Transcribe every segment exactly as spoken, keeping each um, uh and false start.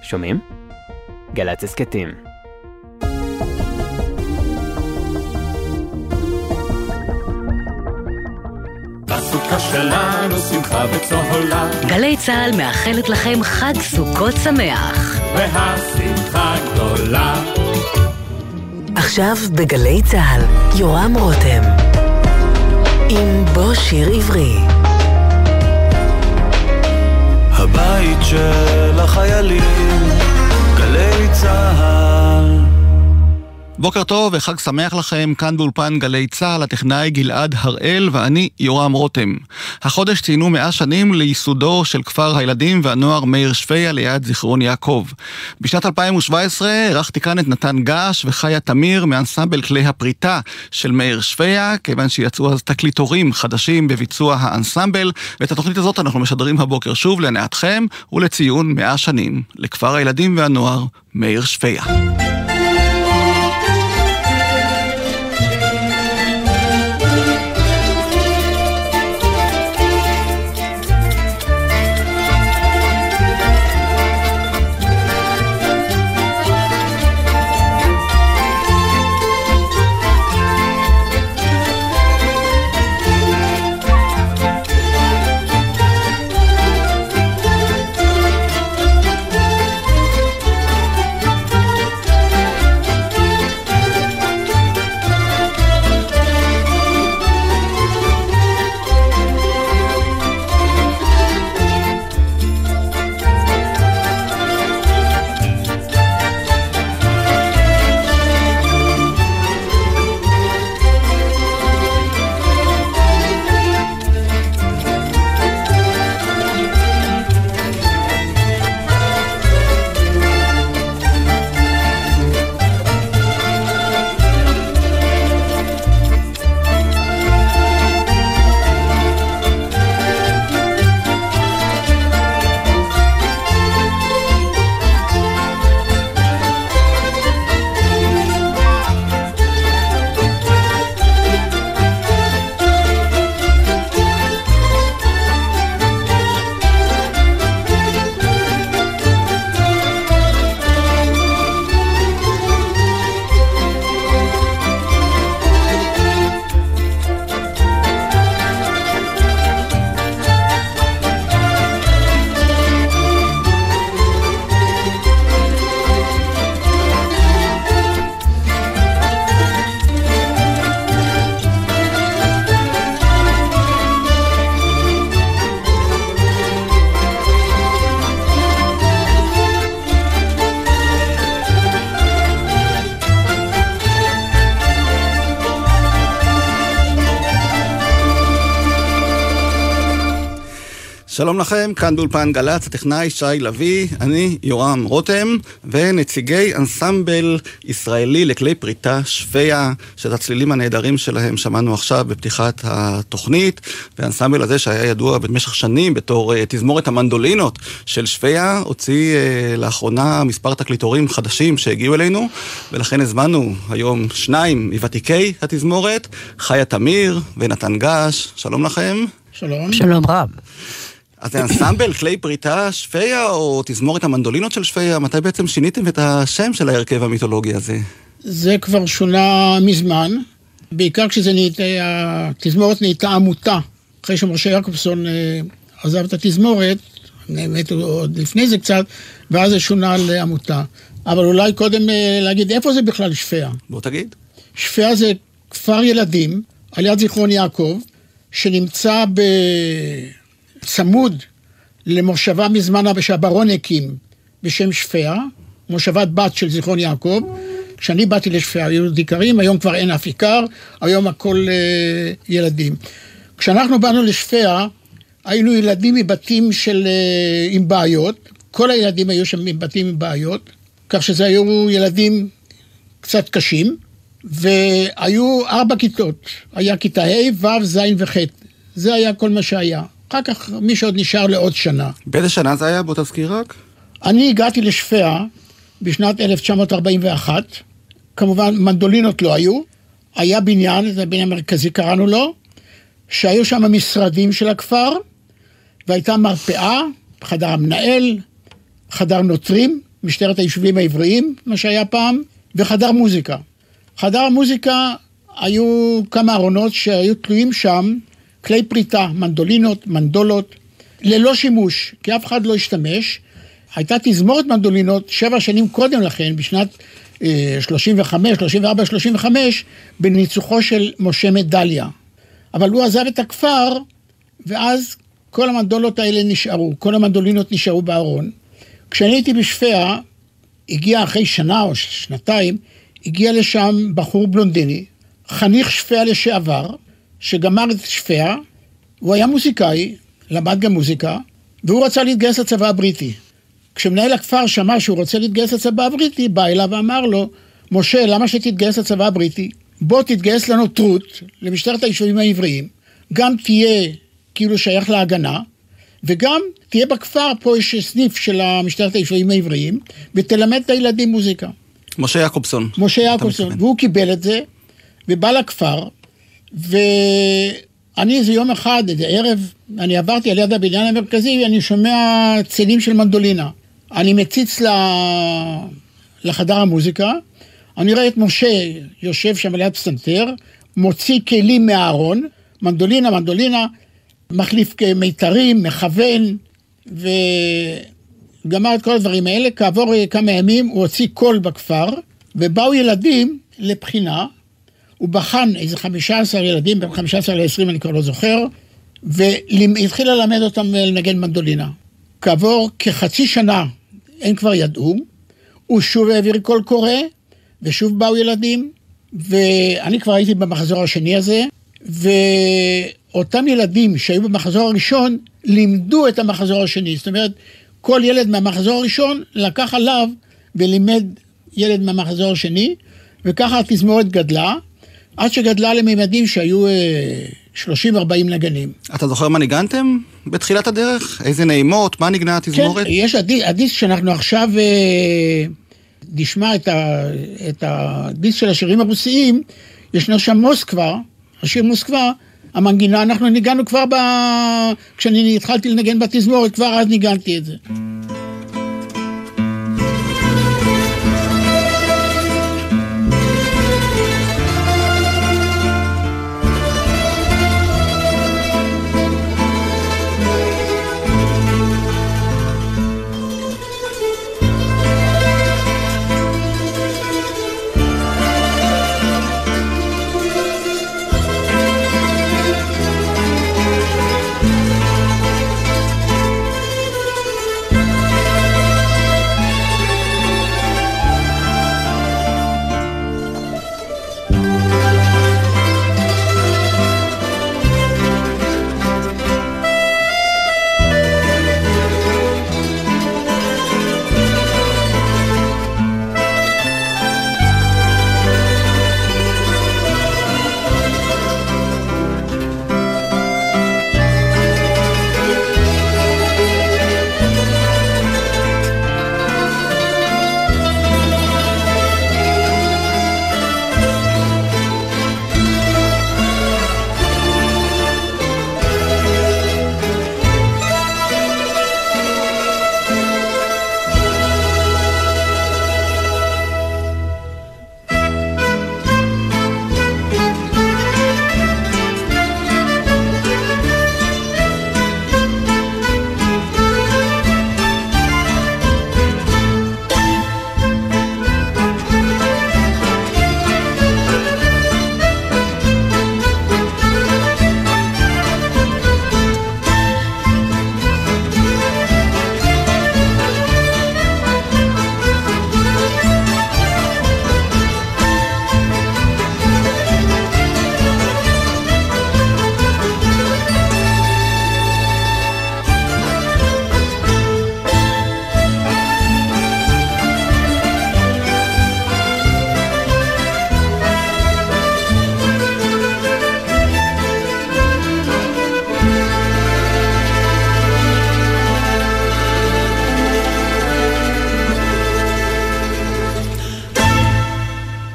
שומעים? גל"צ הסכתים. בסוכה שלנו שמחה וצהולה, גלי צהל מאחלת לכם חג סוכות שמח והשמחה גדולה. עכשיו בגלי צהל יורם רותם עם בו שיר עברי. הבית של החיילים, גלי צהל. בוקר טוב וחג שמח לכם, כאן באולפן גלי צהל, הטכנאי גלעד הראל ואני יורם רותם. החודש ציינו מאה שנים לייסודו של כפר הילדים והנוער מאיר שפיה ליד זיכרון יעקב. בשנת אלפיים שבע עשרה ערכתי כאן את נתן גש וחיה תמיר מאנסמבל כלי הפריטה של מאיר שפיה, כיוון שיצאו אז תקליטורים חדשים בביצוע האנסמבל, ואת התוכנית הזאת אנחנו משדרים הבוקר שוב לענתכם ולציון מאה שנים לכפר הילדים והנוער מאיר שפיה. שלום לכם, כאן באולפן גל"צ, הטכנאי שי לוי, אני יורם רותם, ונציגי אנסמבל ישראלי לכלי פריטה שפיה, שאת הצלילים הנהדרים שלהם שמענו עכשיו בפתיחת התוכנית, והאנסמבל הזה שהיה ידוע במשך שנים בתור uh, תזמורת המנדולינות של שפיה, הוציא uh, לאחרונה מספר תקליטורים חדשים שהגיעו אלינו, ולכן הזמנו היום שניים מוותיקי התזמורת, חיה תמיר ונתן גש. שלום לכם. שלום. שלום רב. אז זה אנסמבל כלי פריטה שפיה או תזמורת המנדולינות של שפיה? מתי בעצם שיניתם את השם של ההרכב המיתולוגי הזה? זה כבר שונה מזמן, בעיקר כשזה נהייתה, התזמורת נהייתה עמותה, אחרי שמשה יעקובסון עזב את התזמורת, באמת עוד לפני זה קצת, ואז זה שונה לעמותה. אבל אולי קודם להגיד איפה זה בכלל שפיה? בוא תגיד. שפיה זה כפר ילדים, על יד זיכרון יעקב, שנמצא ב... צמוד למושבה מזמן שהברון הקים בשם שפיה, מושבת בת של זיכרון יעקב. כשאני באתי לשפיה היו דיקרים, היום כבר אין אף עיקר, היום הכל אה, ילדים. כשאנחנו באנו לשפיה, היינו ילדים מבתים של, אה, עם בעיות, כל הילדים היו שם מבתים עם בעיות, כך שזה היו ילדים קצת קשים, והיו ארבע כיתות, היה כיתה ה', ו', ז' וח', זה היה כל מה שהיה. אחר כך מי שעוד נשאר לעוד שנה. באיזה שנה זה היה? בוא תזכיר רק. אני הגעתי לשפיה בשנת אלף תשע מאות ארבעים ואחת, כמובן מנדולינות לא היו, היה בניין, זה בניין מרכזי קראנו לו, שהיו שם משרדים של הכפר, והייתה מרפאה, חדר המנהל, חדר נוטרים, משטרת היישובים העבריים, מה שהיה פעם, וחדר מוזיקה. חדר המוזיקה היו כמה ארונות שהיו תלויים שם, כלי פריטה, מנדולינות, מנדולות, ללא שימוש, כי אף אחד לא השתמש. הייתה תזמורת מנדולינות שבע שנים קודם לכן, בשנת אה, שלושים וחמש, שלושים וארבע, שלושים וחמש, בניצוחו של משה מדליה. אבל הוא עזב את הכפר, ואז כל המנדולות האלה נשארו, כל המנדולינות נשארו בארון. כשאני הייתי בשפיה, הגיע אחרי שנה או שנתיים, הגיע לשם בחור בלונדיני, חניך שפיה לשעבר, שגמר את שפיה, הוא היה מוזיקאי, למד גם מוזיקה, והוא רצה להתגייס לצבא הבריטי. כשמנהל הכפר שמע שהוא רוצה להתגייס לצבא הבריטי, בא אליו ואמר לו, משה, למה שתתגייס לצבא הבריטי? בוא תתגייס לנו טרוט, למשטרת היישובים העבריים, גם תהיה כאילו שייך להגנה, וגם תהיה בכפר, פה יש סניף של המשטרת היישובים העבריים, ותלמד את הילדים מוזיקה. משה יעקובסון. משה יעקובסון, והוא קיבל את זה, ובא לכפר, ואני איזה יום אחד, איזה ערב, אני עברתי על יד הבניין המרכזי, ואני שומע צלילים של מנדולינה. אני מציץ לחדר המוזיקה, אני רואה את משה יושב שם על יד פסנתר, מוציא כלים מהארון, מנדולינה, מנדולינה, מחליף מיתרים, מכוון, וגמר את כל הדברים האלה. כעבור כמה ימים הוא הוציא קול בכפר, ובאו ילדים לבחינה, הוא בחן איזה חמישה עשר ילדים, בין חמישה עשר לעשרים אני כבר לא זוכר, והתחיל ללמד אותם לנגן מנדולינה. כעבור כחצי שנה, הם כבר ידעו, הוא שוב העביר קול קורא, ושוב באו ילדים, ואני כבר הייתי במחזור השני הזה, ואותם ילדים שהיו במחזור הראשון, לימדו את המחזור השני. זאת אומרת, כל ילד מהמחזור הראשון לקח עליו ולימד ילד מהמחזור השני, וככה התזמורת גדלה, עד שגדלה לממדים שהיו שלושים ארבעים נגנים. אתה זוכר מה ניגנתם בתחילת הדרך? איזה נעימות? מה נגנה התזמורת? כן, יש הדיסק שאנחנו עכשיו נשמע את, ה, את הדיסק של השירים הרוסיים, ישנו שם מוסקבה, השיר מוסקבה, המנגינה, אנחנו ניגענו כבר ב... כשאני התחלתי לנגן בתזמורת, כבר אז ניגנתי את זה.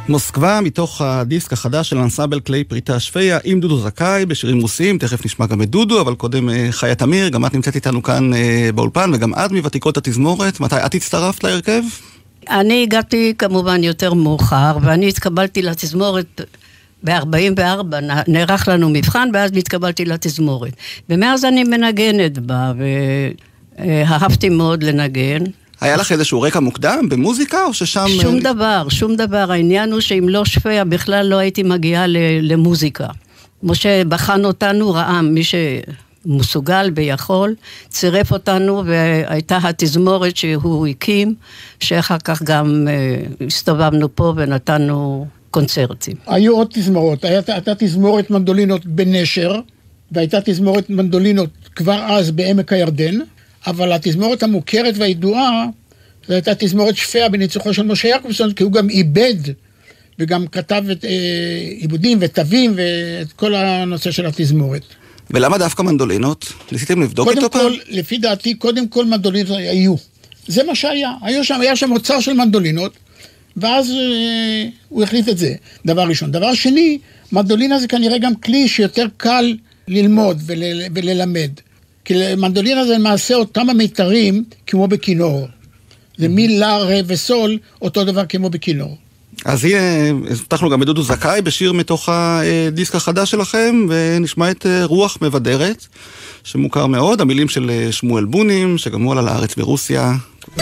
מוסקבה, מתוך הדיסק החדש של אנסמבל כלי פריטה שפיה, עם דודו זכאי, בשירים רוסיים, תכף נשמע גם את דודו, אבל קודם חיה תמיר, גם את נמצאת איתנו כאן באולפן, וגם את מוותיקות התזמורת. מתי את הצטרפת להרכב? אני הגעתי כמובן יותר מאוחר, ואני התקבלתי לתזמורת ב-ארבעים וארבע, נערך לנו מבחן, ואז התקבלתי לתזמורת. ומאז אני מנגנת בה, ואהבתי מאוד לנגן. היה לך איזשהו רקע מוקדם במוזיקה, או ששם... שום דבר, שום דבר. העניין הוא שאם לא שפיה, בכלל לא הייתי מגיעה למוזיקה. משה בחן אותנו, ראה מי שמסוגל ויכול, צירף אותנו, והייתה התזמורת שהוא הקים, שאחר כך גם הסתובבנו פה ונתנו קונצרטים. היו עוד תזמורות, הייתה תזמורת מנדולינות בנשר, והייתה תזמורת מנדולינות כבר אז בעמק הירדן, אבל התזמורת המוכרת והידועה, זו הייתה תזמורת שפיה בניצוחו של משה יעקובסון, כי הוא גם איבד, וגם כתב את אה, עיבודים ותווים, ואת כל הנושא של התזמורת. ולמה דווקא מנדולינות? ניסיתם לבדוק איתו פעם? קודם כל, לפי דעתי, קודם כל מנדולינות היו. זה מה שהיה. היה שם, היה שם אוצר של מנדולינות, ואז אה, הוא החליט את זה, דבר ראשון. דבר שני, מנדולינה זה כנראה גם כלי שיותר קל ללמוד ול, וללמד. כי מנדולינה זה למעשה אותם המיתרים כמו בכינור. זה מילה, רה וסול, אותו דבר כמו בכינור. אז הנה, פתחנו גם בדודו זכאי בשיר מתוך הדיסק החדש שלכם, ונשמע את רוח מבדרת, שמוכר מאוד, המילים של שמואל בונים, שגם הוא עלה לארץ ברוסיה.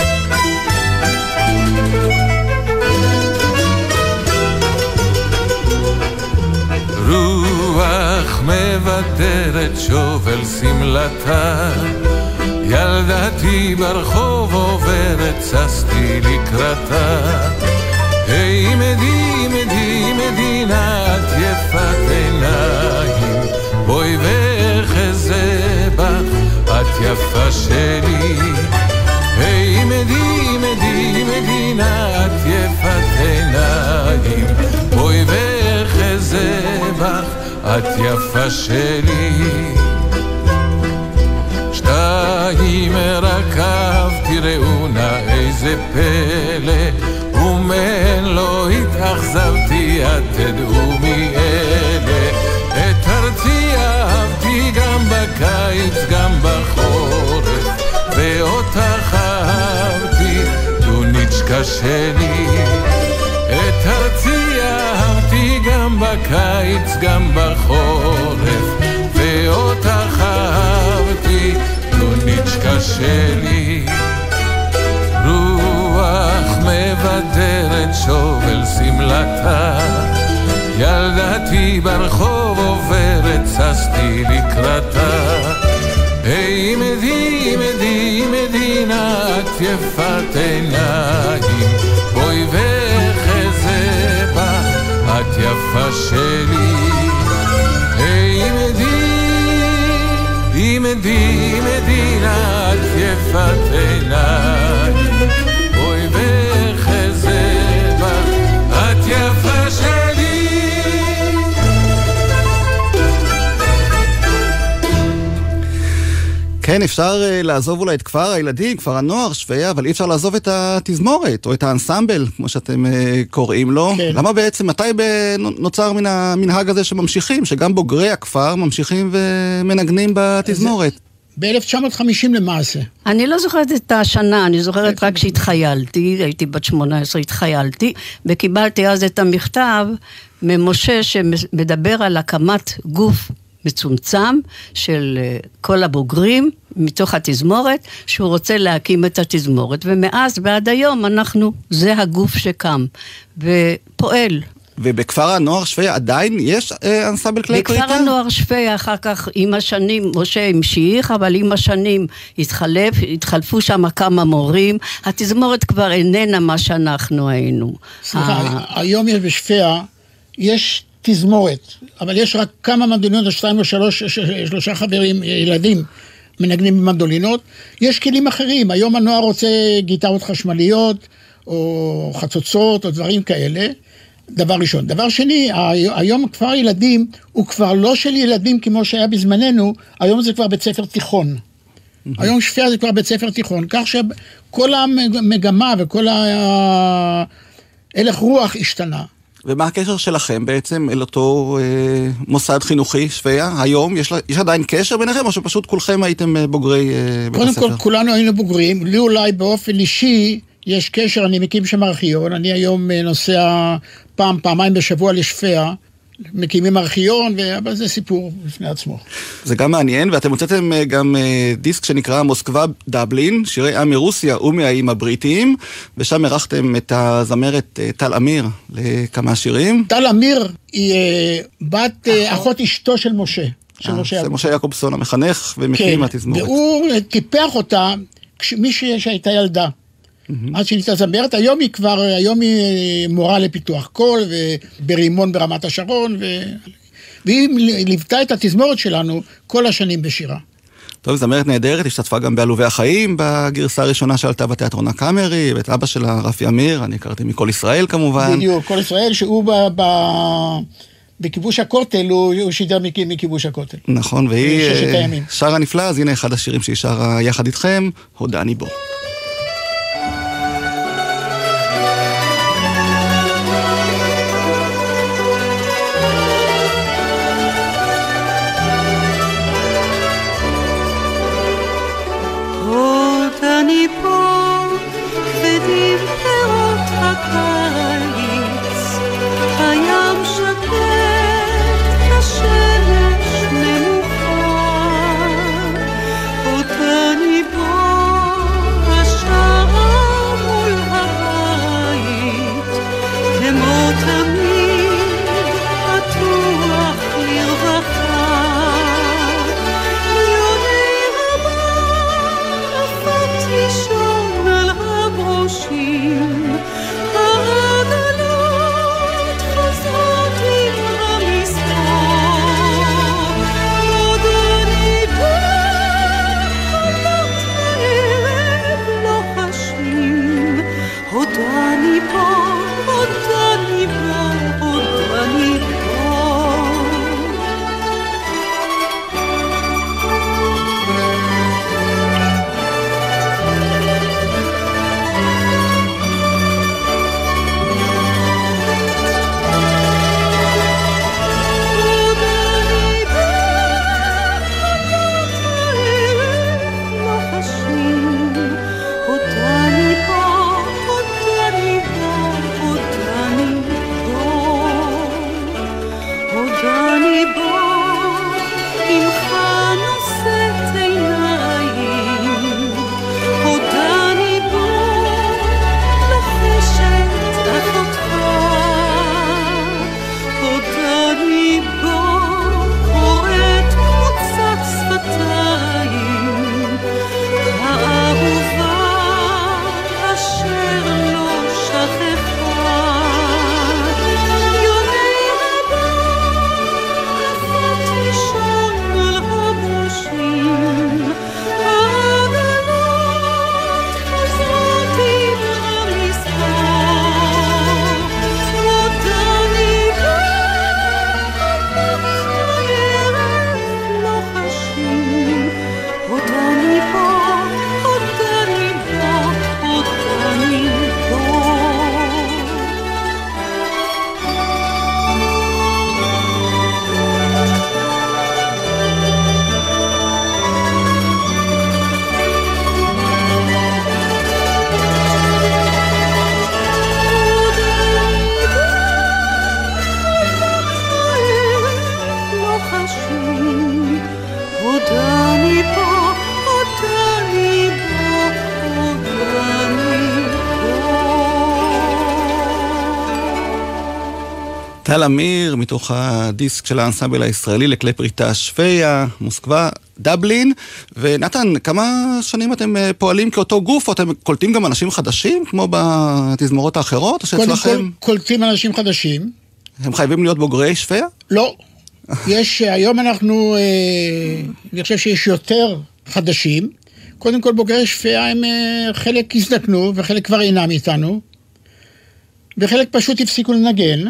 רוח מבדרת שובל סמלתה, ילדתי ברחוב עוברת, צסתי לקראתה. היי מדי מדי מדינת יפת עיניים, בואי וחזה בך את יפה שלי. היי מדי מדי מדינת יפת עיניים, בואי וחזה בך את יפה שלי. שתיים רכב תראו נא איזה פלא, ומן לא התאכזבתי את תדעו מי אלה. את ארצי אהבתי גם בקיץ גם בחורף, ואותך אהבתי דוניצ'קה שלי. את ארצי אהבתי גם בקיץ גם בחורף, ואותך אהבתי דוניצ'קה שלי. רוח מבדרת שובל סמלתה, ילדתי ברחוב עוברת, צסתי לקראתה. היי מדי מדי מדינת יפת עיניים, בואי וחזה בה את יפה שלי. היי מדי מדי מדינת יפת עיניים, בואי וחזה בה את יפה שלי. כן, אפשר לעזוב אולי את כפר הילדים, כפר הנוער, שפיה, אבל אי אפשר לעזוב את התזמורת, או את האנסמבל, כמו שאתם קוראים לו. כן. למה בעצם, מתי נוצר מן המנהג הזה שממשיכים, שגם בוגרי הכפר ממשיכים ומנגנים בתזמורת? ב-אלף תשע מאות וחמישים למעשה. אני לא זוכרת את השנה, אני זוכרת רק שהתחיילתי, הייתי בת שמונה עשרה, התחיילתי, וקיבלתי אז את המכתב ממשה שמדבר על הקמת גוף מצומצם של כל הבוגרים מתוך התזמורת, שהוא רוצה להקים את התזמורת, ומאז ועד היום אנחנו, זה הגוף שקם ופועל. ובכפר הנוער שפיה עדיין יש אה, אנסמבל כלי פריטה? בכפר הנוער שפיה אחר כך עם השנים, משה המשיך, אבל עם השנים התחלף, התחלפו שם כמה מורים, התזמורת כבר איננה מה שאנחנו היינו. סליחה, היום יש בשפיה, יש תזמורת, אבל יש רק כמה מנדולינות, שתיים או שלוש, שלושה חברים, ילדים, מנגנים במנדולינות. יש כלים אחרים, היום הנוער רוצה גיטרות חשמליות, או חצוצות, או דברים כאלה. דבר ראשון. דבר שני, היום כפר ילדים, הוא כבר לא של ילדים כמו שהיה בזמננו, היום זה כבר בית ספר תיכון. היום שפיה זה כבר בית ספר תיכון, כך שכל המגמה וכל ההלך רוח השתנה. ומה הקשר שלכם בעצם אל אותו אה, מוסד חינוכי שפיה? היום יש, יש עדיין קשר ביניכם, או שפשוט כולכם הייתם בוגרי אה, בית הספר? קודם כל, כולנו היינו בוגרים. לי אולי באופן אישי יש קשר, אני מקים שם ארכיון. אני היום נוסע פעם, פעמיים בשבוע לשפיה, מקימים ארכיון, אבל זה סיפור בפני עצמו. זה גם מעניין, ואתם הוצאתם גם דיסק שנקרא מוסקבה דבלין, שירי עם מרוסיה ומהאיים הבריטיים, ושם ערכתם את הזמרת טל אמיר לכמה שירים. טל אמיר היא בת אחות אשתו של משה. של משה זה משה יעקובסון המחנך ומקים התזמורת. והוא טיפח אותה מי שהייתה ילדה. עד שנהייתה זמרת, היום היא כבר, היום היא מורה לפיתוח קול, וברימון ברמת השרון, ו... והיא ליוותה את התזמורת שלנו כל השנים בשירה. טוב, זמרת נהדרת, השתתפה גם בעלובי החיים, בגרסה הראשונה שעלתה בתיאטרון הקאמרי, ואת אבא שלה, רפי אמיר, אני הכרתי מכל ישראל כמובן. בדיוק, כל ישראל, שהוא ב... ב... בכיבוש הכותל, הוא, הוא שידר מכיבוש הכותל. נכון, והיא שרה נפלא, אז הנה אחד השירים שהיא שרה יחד איתכם, הודעני בו. טל אמיר, מתוך הדיסק של האנסמבל הישראלי לכלי פריטה שפיה, מוסקבה, דבלין. ונתן, כמה שנים אתם פועלים כאותו גוף, או אתם קולטים גם אנשים חדשים, כמו בתזמורות האחרות, או שאצלכם? קודם כל, קולטים אנשים חדשים. הם חייבים להיות בוגרי שפיה? לא. יש, היום אנחנו, אני חושב שיש יותר חדשים. קודם כל, בוגרי שפיה הם חלק הזדקנו, וחלק כבר אינם איתנו. וחלק פשוט הפסיקו לנגן.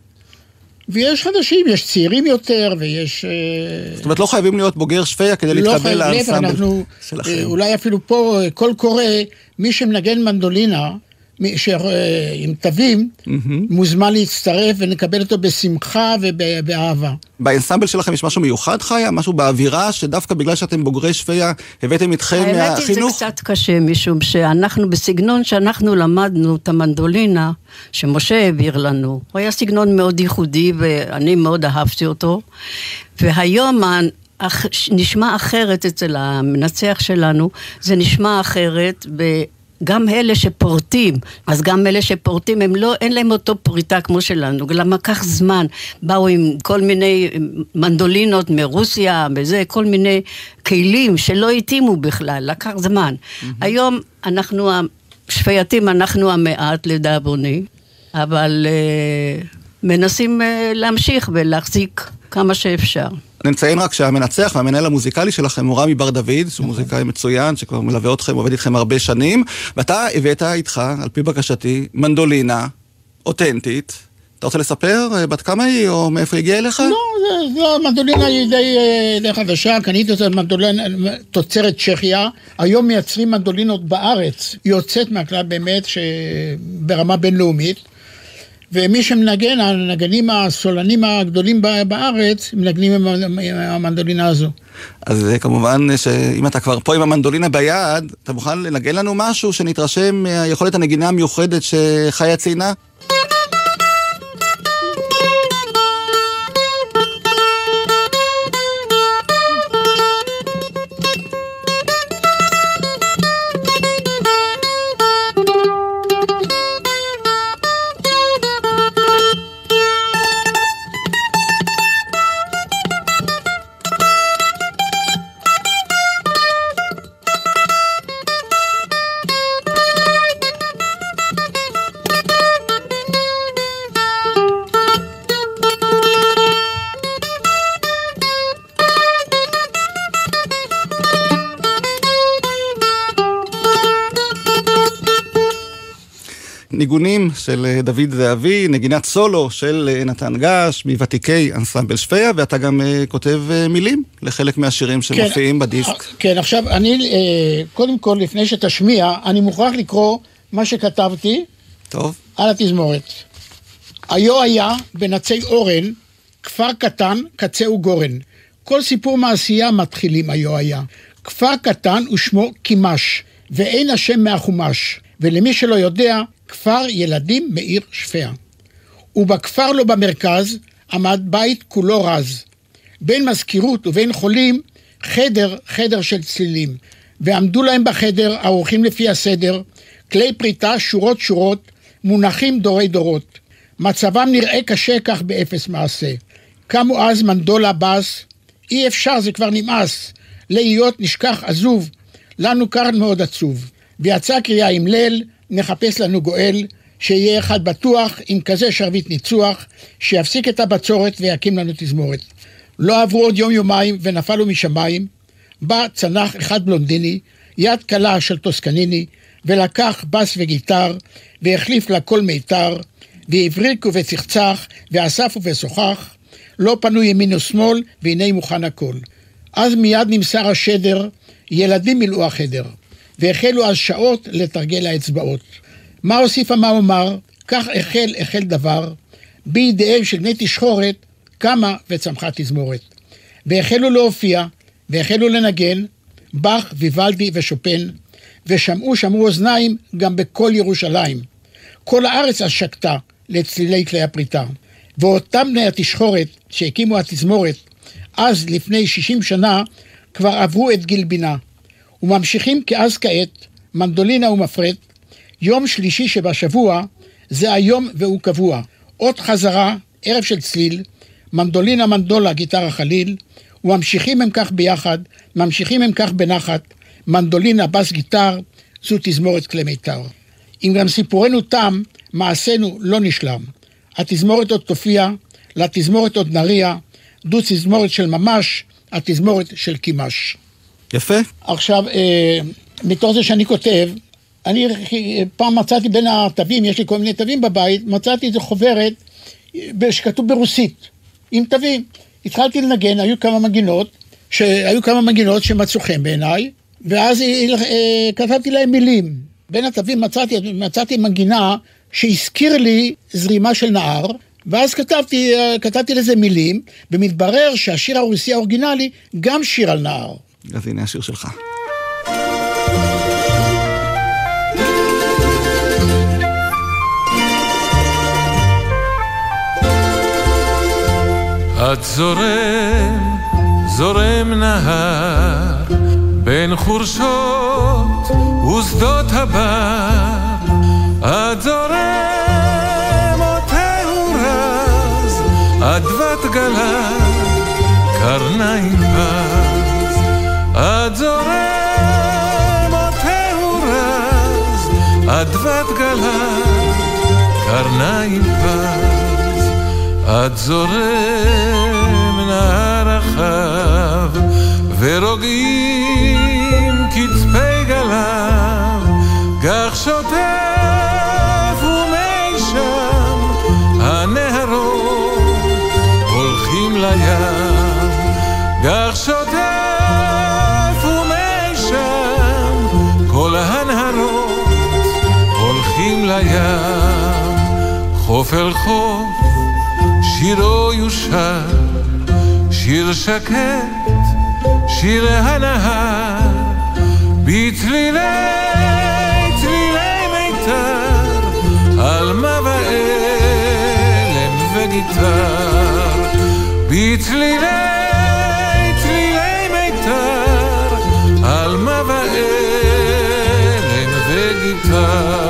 ויש חדשים, יש צעירים יותר, ויש... זאת אומרת, לא חייבים להיות בוגר שפיה כדי להתקבל לאנסמבל שלכם. אולי אפילו פה, כל קורא, מי שמנגן מנדולינה, עם תווים, מוזמן להצטרף ונקבל אותו בשמחה ובאהבה. באנסמבל שלכם יש משהו מיוחד, חיה? משהו באווירה שדווקא בגלל שאתם בוגרי שפיה הבאתם איתכם מהחינוך? האמת היא זה קצת קשה, משום שאנחנו בסגנון שאנחנו למדנו את המנדולינה שמשה העביר לנו. הוא היה סגנון מאוד ייחודי ואני מאוד אהבתי אותו. והיום נשמע אחרת אצל המנצח שלנו, זה נשמע אחרת ב... גם אלה שפורטים, אז גם אלה שפורטים, הם לא, אין להם אותו פריטה כמו שלנו, למה כך זמן, באו עם כל מיני מנדולינות מרוסיה, בזה, כל מיני כלים שלא התאימו בכלל, לקח זמן. Mm-hmm. היום אנחנו, השפייתים, אנחנו המעט לדאבוני, אבל uh, מנסים uh, להמשיך ולהחזיק כמה שאפשר. נציין רק שהמנצח והמנהל המוזיקלי שלכם הוא רמי בר דוד, שהוא מוזיקאי מצוין, שכבר מלווה אתכם, עובד איתכם הרבה שנים, ואתה הבאת איתך, על פי בקשתי, מנדולינה אותנטית. אתה רוצה לספר בת כמה היא, או מאיפה הגיעה אליך? לא, זה, זה, המנדולינה היא די, די חדשה, קניתי אותה מנדולינה תוצרת צ'כיה, היום מייצרים מנדולינות בארץ, היא יוצאת מהכלל באמת ברמה בינלאומית, ומי שמנגן, הנגנים הסולנים הגדולים בארץ, מנגנים עם המנדולינה הזו. אז כמובן שאם אתה כבר פה עם המנדולינה ביד, אתה מוכן לנגן לנו משהו שנתרשם מהיכולת הנגינה המיוחדת שחיה ציינה? ניגונים של דוד זהבי, נגינת סולו של נתן גש, מוותיקי אנסמבל שפיה, ואתה גם כותב מילים לחלק מהשירים שמופיעים כן, בדיסק. כן, עכשיו, אני, קודם כל, לפני שתשמיע, אני מוכרח לקרוא מה שכתבתי, טוב. על התזמורת. היו היה בנצי אורן, כפר קטן, קצהו גורן. כל סיפור מעשייה מתחילים היו היה. כפר קטן ושמו קימש, ואין השם מהחומש. ולמי שלא יודע, כפר ילדים מעיר שפיה. ובכפר לא במרכז, עמד בית כולו רז. בין מזכירות ובין חולים, חדר, חדר של צלילים. ועמדו להם בחדר, ערוכים לפי הסדר, כלי פריטה, שורות שורות, מונחים דורי דורות. מצבם נראה קשה כך באפס מעשה. קמו אז מנדולה בס, אי אפשר, זה כבר נמאס. להיות נשכח עזוב, לנו קרן מאוד עצוב. ויצא קריאה עם ליל, נחפש לנו גואל, שיהיה אחד בטוח עם כזה שרבית ניצוח, שיפסיק את הבצורת ויקים לנו תזמורת. לא עברו עוד יום יומיים ונפלו משמיים, בא צנח אחד בלונדיני, יד קלה של טוסקניני, ולקח בס וגיטר, והחליף לה כל מיתר, והבריקו וצחצח, ואספו ושוחח, לא פנו ימין ושמאל, והנה מוכן הכל. אז מיד נמסר השדר, ילדים מילאו החדר, והחלו אז שעות לתרגל האצבעות. מה הוסיפה מה אומר? כך החל החל דבר, בידיהם של בני תשחורת, קמה וצמחה תזמורת. והחלו להופיע, והחלו לנגן, באך, ויוולדי ושופן, ושמעו שמעו אוזניים גם בכל ירושלים. כל הארץ אז שקטה לצלילי כלי הפריטה. ואותם בני התשחורת שהקימו התזמורת, אז לפני שישים שנה, כבר עברו את גיל בינה. וממשיכים כאז כעת, מנדולינה ומפרט, יום שלישי שבשבוע, זה היום והוא קבוע. עוד חזרה, ערב של צליל, מנדולינה מנדולה, גיטרה חליל, וממשיכים הם כך ביחד, ממשיכים הם כך בנחת, מנדולינה בס גיטר, זו תזמורת כלי מיתר. אם גם סיפורנו תם, מעשינו לא נשלם. התזמורת עוד תופיע, לתזמורת עוד נריע, דו תזמורת של ממש, התזמורת של קימש. יפה. עכשיו, אה, מתוך זה שאני כותב, אני פעם מצאתי בין התווים, יש לי כל מיני תווים בבית, מצאתי איזו חוברת שכתוב ברוסית, עם תווים. התחלתי לנגן, היו כמה מגינות, שהיו כמה מגינות שמצאו חן בעיניי, ואז אה, כתבתי להם מילים. בין התווים מצאתי, מצאתי מנגינה שהזכיר לי זרימה של נהר, ואז כתבתי, כתבתי לזה מילים, ומתברר שהשיר הרוסי האורגינלי גם שיר על נהר. אז הנה השיר שלך. את זורם, זורם נהר, בין חורשות ושדות הבר. את זורם, או תאורז, אדוות גלה, קרניים פז. את זורם, או תאורז, אדוות גלה, קרניים פז. את זורם נהר רחב ורוגעים קצפי גליו, כך שוטף ומי שם הנהרות הולכים לים, כך שוטף ומי שם כל הנהרות הולכים לים. חוף אל חוף שירו יושר, שיר שקט, שיר הנהר, בצלילי, צלילי מיתר, אלמה ואלם וגיטר. בצלילי, צלילי מיתר, אלמה ואלם וגיטר.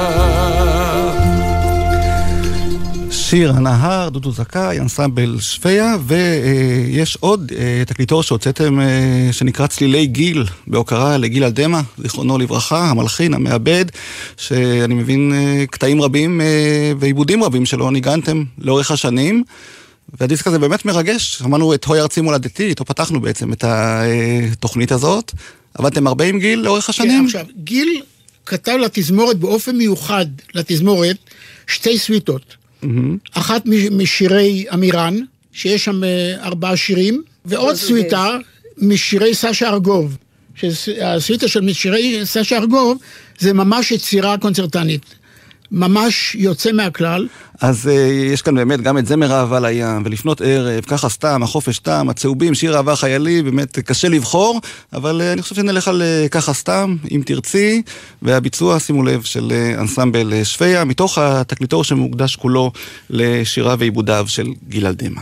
שיר הנהר, דודו זכאי, אנסמבל שפיה, ויש עוד תקליטור שהוצאתם שנקרא צלילי גיל, בהוקרה לגיל אלדמה, זיכרונו לברכה, המלחין, המעבד, שאני מבין קטעים רבים ועיבודים רבים שלו ניגנתם לאורך השנים, והדיסק הזה באמת מרגש. שמענו את הוי ארצי מולדתי, איתו פתחנו בעצם את התוכנית הזאת. עבדתם הרבה עם גיל לאורך השנים? כן, עכשיו, גיל כתב לתזמורת באופן מיוחד, לתזמורת, שתי סוויטות. אחת משירי אמירן, שיש שם ארבעה שירים, ועוד סוויטה משירי סשה ארגוב, שהסוויטה של משירי סשה ארגוב זה ממש יצירה קונצרטנית, ממש יוצא מהכלל. אז uh, יש כאן באמת גם את זמר אהבה לים, ולפנות ערב, ככה סתם, החופש תם, הצהובים, שיר אהבה חיילי, באמת קשה לבחור, אבל uh, אני חושב שנלך על uh, ככה סתם, אם תרצי, והביצוע, שימו לב, של uh, אנסמבל uh, שפיה, מתוך התקליטור שמוקדש כולו לשירה ועיבודיו של גיל אלדמה.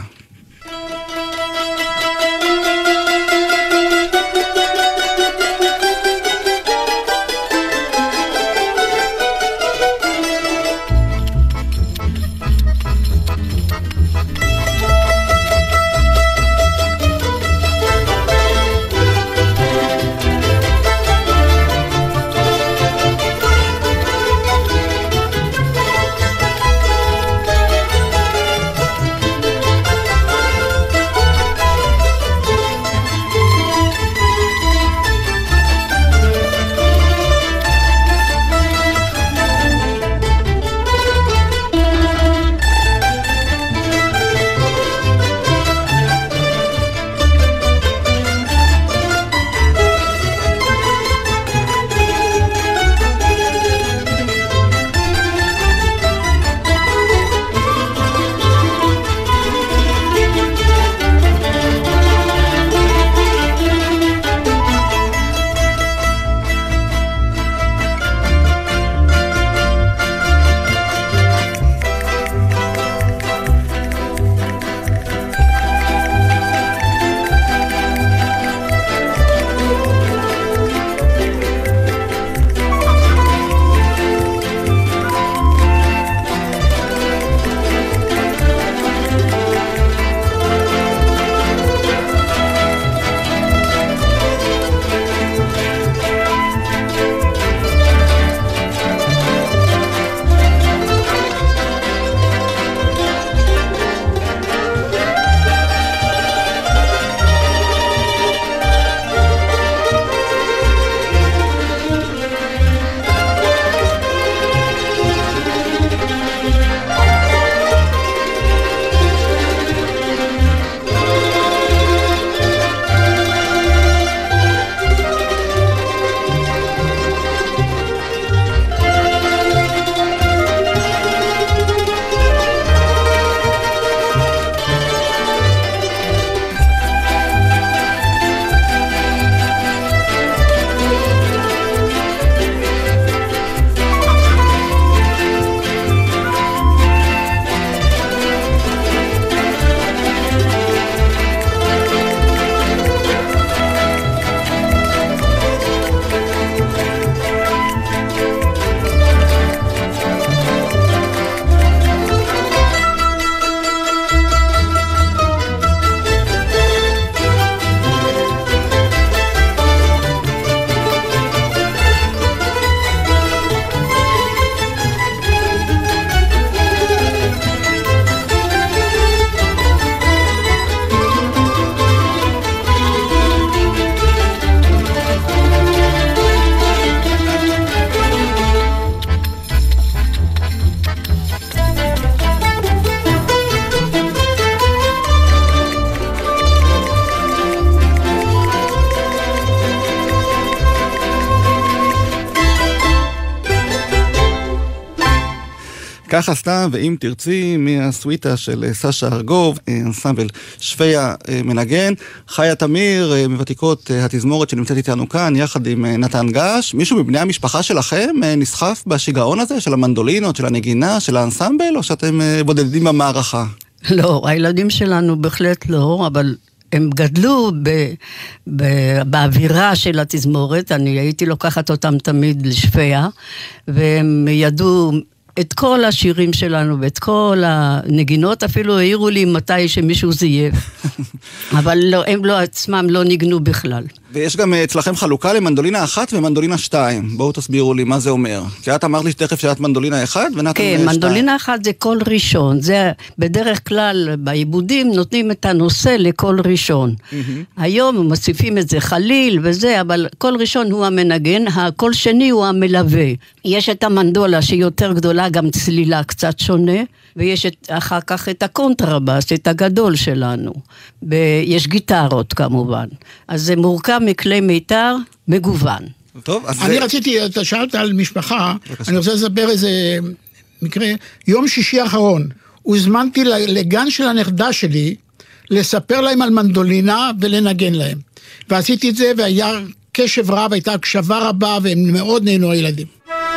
ככה סתם, ואם תרצי, מהסוויטה של סשה ארגוב, אנסמבל שפיה מנגן, חיה תמיר, מוותיקות התזמורת שנמצאת איתנו כאן, יחד עם נתן גש. מישהו מבני המשפחה שלכם נסחף בשיגעון הזה, של המנדולינות, של הנגינה, של האנסמבל, או שאתם בודדים במערכה? לא, הילדים שלנו בהחלט לא, אבל הם גדלו ב, ב, באווירה של התזמורת, אני הייתי לוקחת אותם תמיד לשפיה, והם ידעו את כל השירים שלנו ואת כל הנגינות, אפילו העירו לי מתי שמישהו זייף. אבל לא, הם לא עצמם לא ניגנו בכלל. ויש גם אצלכם חלוקה למנדולינה אחת ומנדולינה שתיים. בואו תסבירו לי מה זה אומר. כי את אמרת לי שתכף שאת מנדולינה אחד ונתן כן, שתיים. מנדולינה אחת זה קול ראשון. זה בדרך כלל בעיבודים נותנים את הנושא לקול ראשון. היום מוסיפים את זה חליל וזה, אבל קול ראשון הוא המנגן, הקול שני הוא המלווה. יש את המנדולה שהיא יותר גדולה, גם צלילה קצת שונה, ויש את, אחר כך את הקונטרבס, את הגדול שלנו. ויש גיטרות כמובן. אז זה מורכב מכלי מיתר מגוון. טוב, אז אני זה... רציתי, אתה שאלת על משפחה, בבקשה. אני רוצה לספר איזה מקרה. יום שישי האחרון, הוזמנתי לגן של הנכדה שלי, לספר להם על מנדולינה ולנגן להם. ועשיתי את זה, והיה קשב רב, הייתה הקשבה רבה, והם מאוד נהנו הילדים.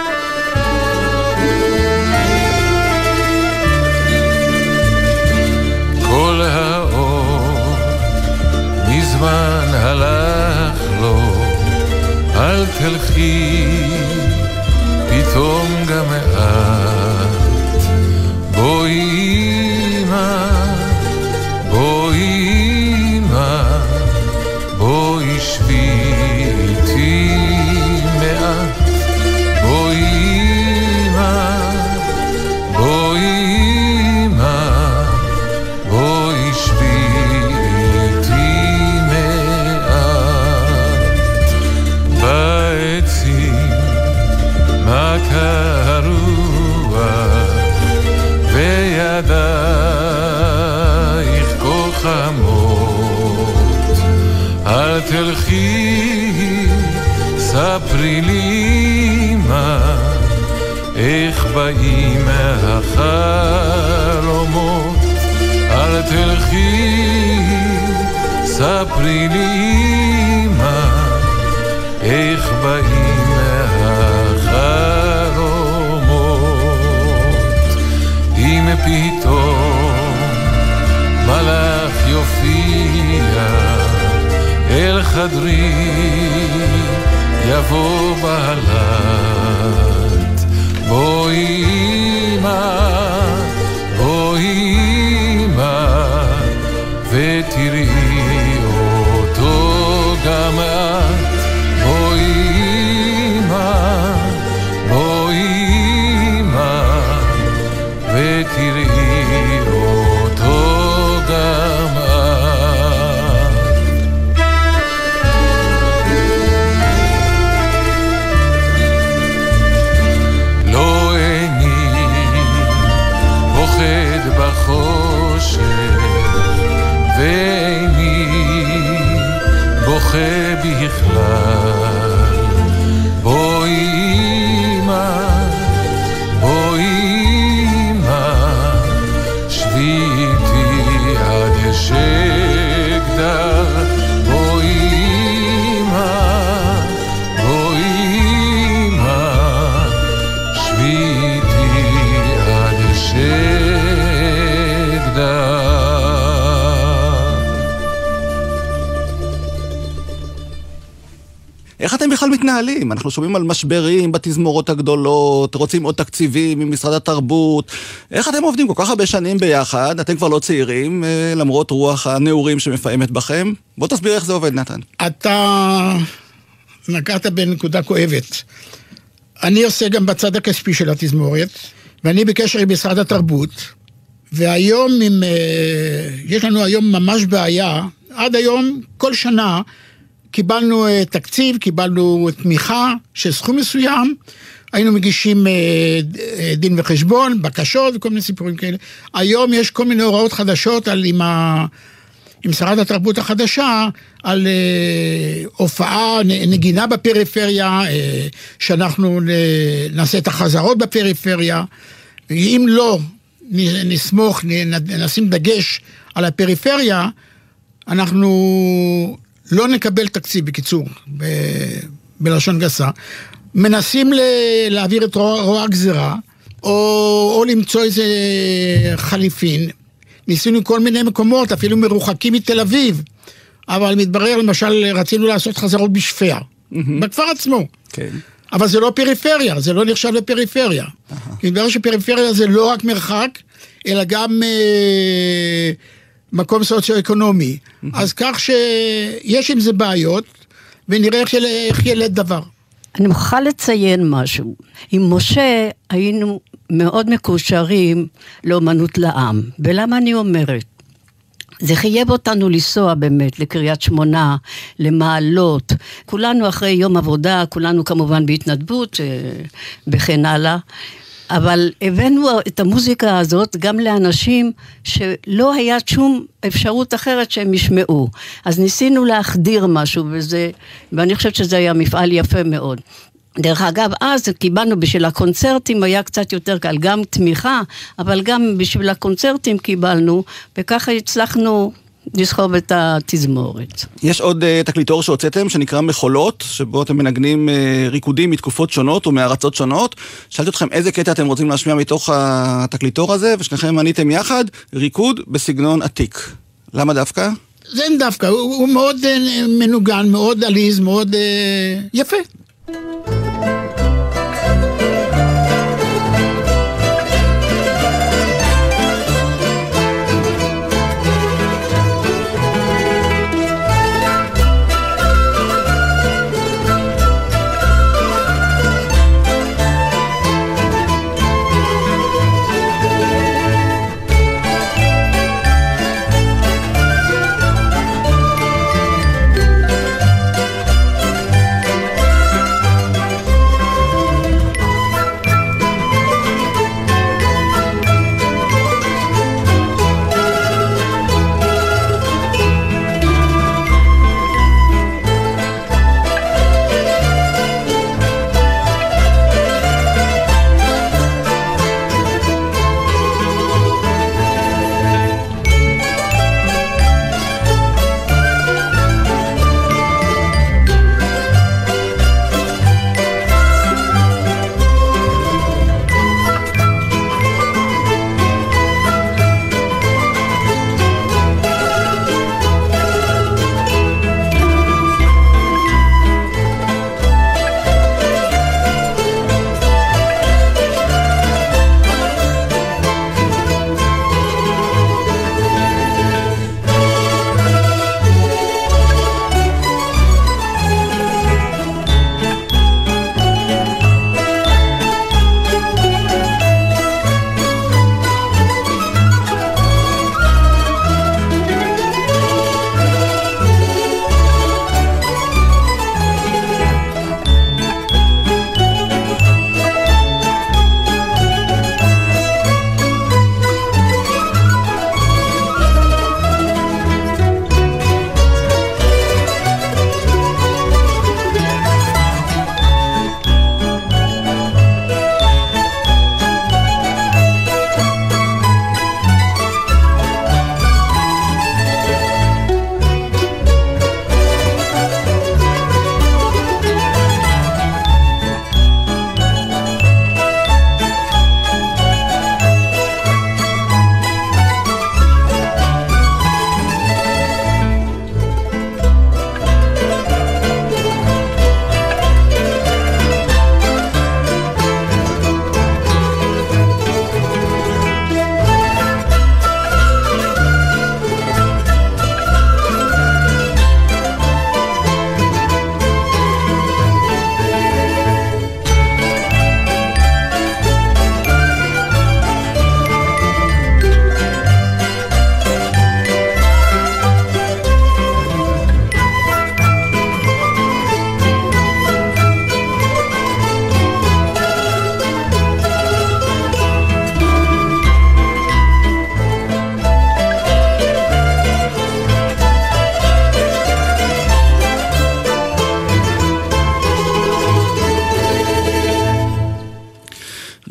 כל האור מזמן הלך לו, אל תלכי פתאום גם את, בואי אמא, בואי אמא, בואי שבי איתי מעט, בואי אמא, בואי אמא, בואי שבי איתי מעט, בעצים מכה הרוח וידייך כה חמות, אל תלכי ספרי לי מה, איך באים החלומות, אל תלכי ספרי לי מה, איך באים החלומות, אם פתאום מלאך יופיע אל חדרי, יבוא בעלת, בואי אמא, בואי אמא, ותראי אותו גם את, בואי אמא, בואי אמא, ותראי אותו גם את. לא איני פוחד בחושך, ואיני בוכה בכלל, בואי אמא, בואי אמא, שבי איתי עד שגדל, בואי אמא, בואי אמא, שבי איתי עד שגדל. איך אתם בכלל מתנהלים? אנחנו שומעים על משברים בתזמורות הגדולות, רוצים עוד תקציבים ממשרד התרבות. איך אתם עובדים כל כך הרבה שנים ביחד? אתם כבר לא צעירים, למרות רוח הנעורים שמפעמת בכם. בוא תסביר איך זה עובד, נתן. אתה נגעת בנקודה כואבת. אני עושה גם בצד הכספי של התזמורת, ואני בקשר עם משרד התרבות, והיום, אם, יש לנו היום ממש בעיה, עד היום, כל שנה, קיבלנו תקציב, קיבלנו תמיכה של סכום מסוים, היינו מגישים דין וחשבון, בקשות וכל מיני סיפורים כאלה. היום יש כל מיני הוראות חדשות על עם, ה... עם שרת התרבות החדשה, על הופעה, נגינה בפריפריה, שאנחנו נעשה את החזרות בפריפריה, אם לא נסמוך, נשים דגש על הפריפריה, אנחנו לא נקבל תקציב, בקיצור, ב, בלשון גסה. מנסים ל, להעביר את רוע, רוע הגזירה, או, או למצוא איזה חליפין. ניסינו כל מיני מקומות, אפילו מרוחקים מתל אביב, אבל מתברר, למשל, רצינו לעשות חזרות בשפיה, mm-hmm. בכפר עצמו. כן. אבל זה לא פריפריה, זה לא נחשב לפריפריה. Uh-huh. כי מדבר שפריפריה זה לא רק מרחק, אלא גם אה, מקום סוציו-אקונומי. Mm-hmm. אז כך שיש עם זה בעיות, ונראה איך, איך ילד דבר. אני מוכרחה לציין משהו. עם משה היינו מאוד מקושרים לאומנות לעם. ולמה אני אומרת? זה חייב אותנו לנסוע באמת לקריית שמונה, למעלות. כולנו אחרי יום עבודה, כולנו כמובן בהתנדבות וכן הלאה. אבל הבאנו את המוזיקה הזאת גם לאנשים שלא היה שום אפשרות אחרת שהם ישמעו. אז ניסינו להחדיר משהו בזה, ואני חושבת שזה היה מפעל יפה מאוד. דרך אגב, אז קיבלנו בשביל הקונצרטים, היה קצת יותר קל, גם תמיכה, אבל גם בשביל הקונצרטים קיבלנו, וככה הצלחנו לסחוב את התזמורת. יש עוד uh, תקליטור שהוצאתם, שנקרא מחולות, שבו אתם מנגנים uh, ריקודים מתקופות שונות ומארצות שונות. שאלתי אתכם איזה קטע אתם רוצים להשמיע מתוך התקליטור הזה, ושניכם עניתם יחד, ריקוד בסגנון עתיק. למה דווקא? זה אין דווקא, הוא, הוא מאוד uh, מנוגן, מאוד עליז, מאוד uh, יפה.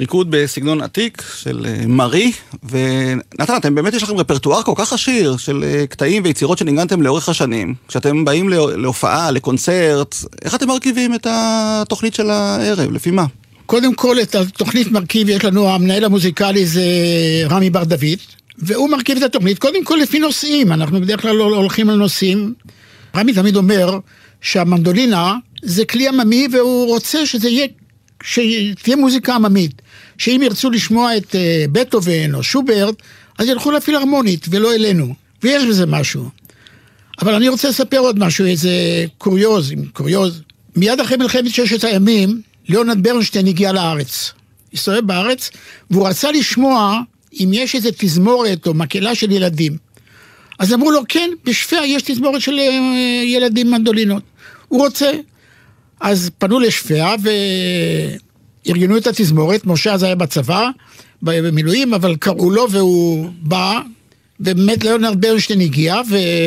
ריקוד בסגנון עתיק של מרי, ונתן, אתם באמת יש לכם רפרטואר כל כך עשיר של קטעים ויצירות שניגנתם לאורך השנים. כשאתם באים להופעה, לקונצרט, איך אתם מרכיבים את התוכנית של הערב? לפי מה? קודם כל, את התוכנית מרכיב, יש לנו, המנהל המוזיקלי זה רמי בר דוד, והוא מרכיב את התוכנית, קודם כל לפי נושאים, אנחנו בדרך כלל הולכים על נושאים. רמי תמיד אומר שהמנדולינה זה כלי עממי, והוא רוצה שזה יהיה, שתהיה מוזיקה עממית, שאם ירצו לשמוע את בטהובן או שוברט, אז ילכו לפילהרמונית ולא אלינו, ויש בזה משהו. אבל אני רוצה לספר עוד משהו, איזה קוריוז, קוריוז. מיד אחרי מלחמת ששת הימים, ליאונרד ברנשטיין הגיע לארץ. הסתובב בארץ, והוא רצה לשמוע אם יש איזה תזמורת או מקהלה של ילדים. אז אמרו לו, כן, בשפיה יש תזמורת של ילדים מנדולינות. הוא רוצה. אז פנו לשפיה וארגנו את התזמורת, משה אז היה בצבא, במילואים, אבל קראו לו והוא בא, ובאמת ליאונרד ברנשטיין הגיע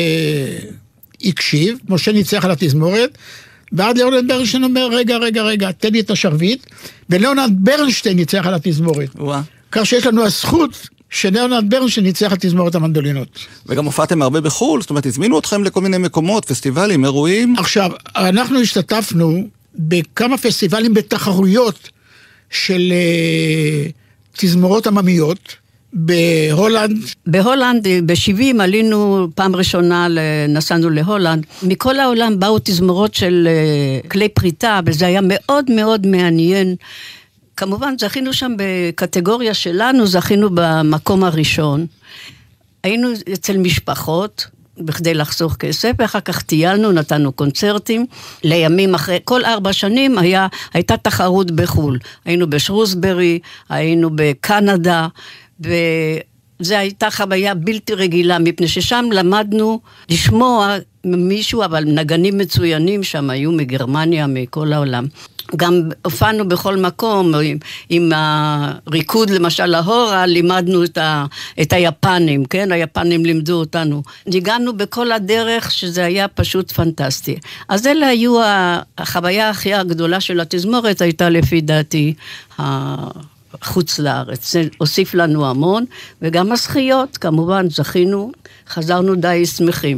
והקשיב, משה ניצח על התזמורת, ועד ליאונרד ברנשטיין אומר, רגע, רגע, רגע, תן לי את השרביט, וליאונרד ברנשטיין ניצח על התזמורת. וואו. כך שיש לנו הזכות שליאונרד ברנשטיין ניצח על תזמורת המנדולינות. וגם הופעתם הרבה בחול, זאת אומרת, הזמינו אתכם לכל מיני מקומות, פסטיבלים, אירועים. עכשיו, אנחנו השתתפנו בכמה פסטיבלים בתחרויות של uh, תזמורות עממיות, בהולנד. בהולנד, ב-שבעים עלינו פעם ראשונה, נסענו להולנד. מכל העולם באו תזמורות של uh, כלי פריטה, וזה היה מאוד מאוד מעניין. כמובן, זכינו שם בקטגוריה שלנו, זכינו במקום הראשון. היינו אצל משפחות, בכדי לחסוך כסף, ואחר כך טיילנו, נתנו קונצרטים. לימים אחרי, כל ארבע שנים היה, הייתה תחרות בחול. היינו בשרוסברי, היינו בקנדה, וזו הייתה חוויה בלתי רגילה, מפני ששם למדנו לשמוע מישהו, אבל נגנים מצוינים שם היו מגרמניה, מכל העולם. גם הופענו בכל מקום, עם, עם הריקוד למשל להורה, לימדנו את, ה, את היפנים, כן? היפנים לימדו אותנו. ניגענו בכל הדרך שזה היה פשוט פנטסטי. אז אלה היו החוויה הכי הגדולה של התזמורת, הייתה לפי דעתי חוץ לארץ. זה הוסיף לנו המון, וגם הזכיות, כמובן זכינו, חזרנו די שמחים.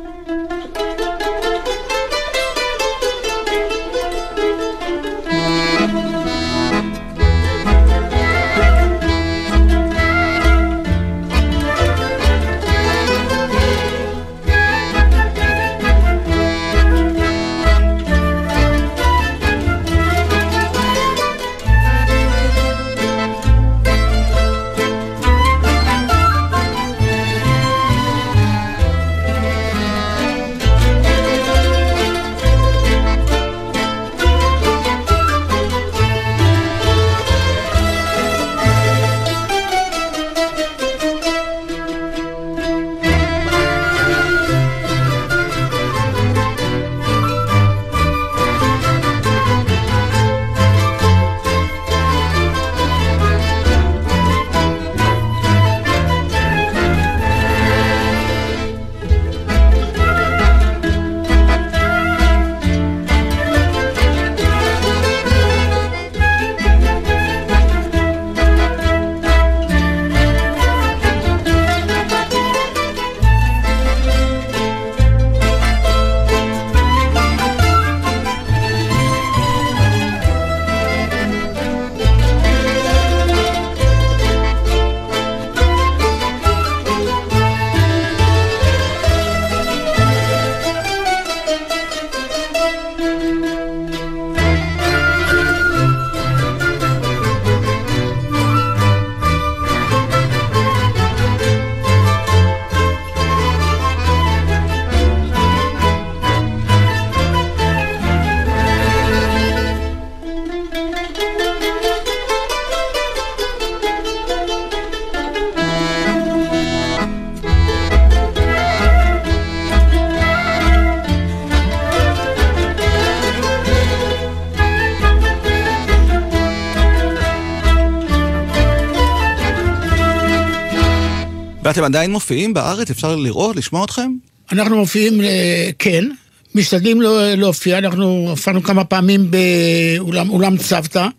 ואתם עדיין מופיעים בארץ? אפשר לראות, לשמוע אתכם? אנחנו מופיעים, כן, משתדלים להופיע, אנחנו הופענו כמה פעמים באולם צוותא,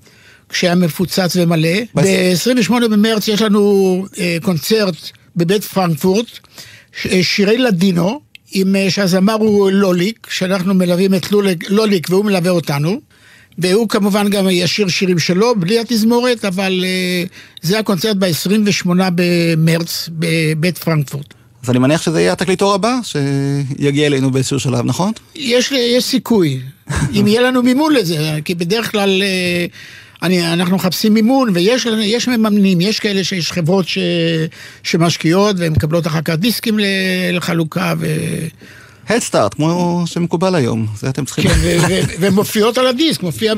כשהיה מפוצץ ומלא. ב-עשרים ושמונה במרץ יש לנו קונצרט בבית פרנקפורט, שירי לדינו, עם שהזמר הוא לוליק, שאנחנו מלווים את לוליק והוא מלווה אותנו, והוא כמובן גם ישיר שירים שלו, בלי התזמורת, אבל זה הקונצרט ב-עשרים ושמונה במרץ בבית פרנקפורט. אז אני מניח שזה יהיה התקליטור הבא, שיגיע אלינו באיזשהו שלב, נכון? יש, יש סיכוי, אם יהיה לנו מימון לזה, כי בדרך כלל אני, אנחנו מחפשים מימון, ויש יש מממנים, יש כאלה שיש חברות ש, שמשקיעות, והן מקבלות אחר כך דיסקים לחלוקה, ו... הדסטארט, כמו שמקובל היום, זה אתם צריכים... כן, ומופיעות על הדיסק, מופיע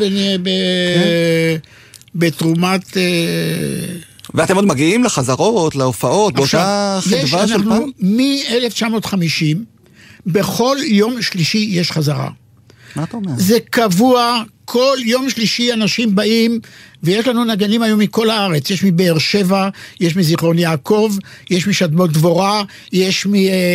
בתרומת... ואתם עוד מגיעים לחזרות, להופעות, באותה חדווה של פעם? מ-אלף תשע מאות וחמישים, בכל יום שלישי יש חזרה. מה אתה אומר? זה קבוע, כל יום שלישי אנשים באים, ויש לנו נגנים היום מכל הארץ, יש מבאר שבע, יש מזיכרון יעקב, יש משדמות דבורה, יש